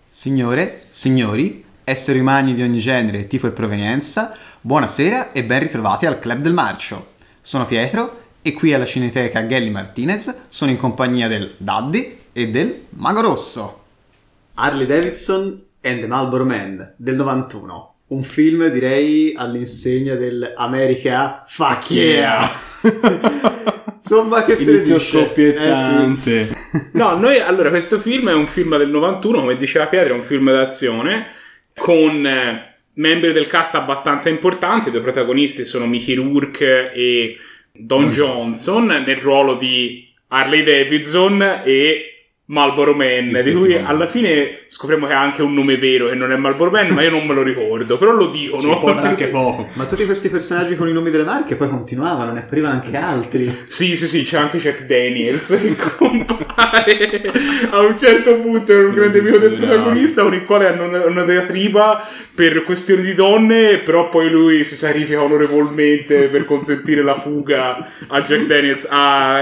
Signore, signori, esseri umani di ogni genere, tipo e provenienza, buonasera e ben ritrovati al Club del Marcio. Sono Pietro e qui alla Cineteca Gelli Martinez sono in compagnia del Daddy e del Mago Rosso. Harley Davidson and the Marlboro Man del 91. Un film, direi, all'insegna del America Fuck Yeah! Insomma, che se ne Inizio dice? scoppiettante. Sì. No, allora, questo film è un film del 91, come diceva Pietro, è un film d'azione con membri del cast abbastanza importanti. I due protagonisti sono Mickey Rourke e Don Johnson nel ruolo di Harley Davidson e Marlboro Man, di cui alla fine scopriamo che ha anche un nome vero, che non è Marlboro Man, ma io non me lo ricordo, però lo dicono. Anche poco. Ma tutti questi personaggi con i nomi delle marche poi continuavano, ne apparivano anche altri. Sì, c'è anche Jack Daniels che compare a un certo punto, è un grande amico del protagonista con il quale hanno una diatriba per questioni di donne, però poi lui si sacrifica onorevolmente per consentire la fuga a Jack Daniels.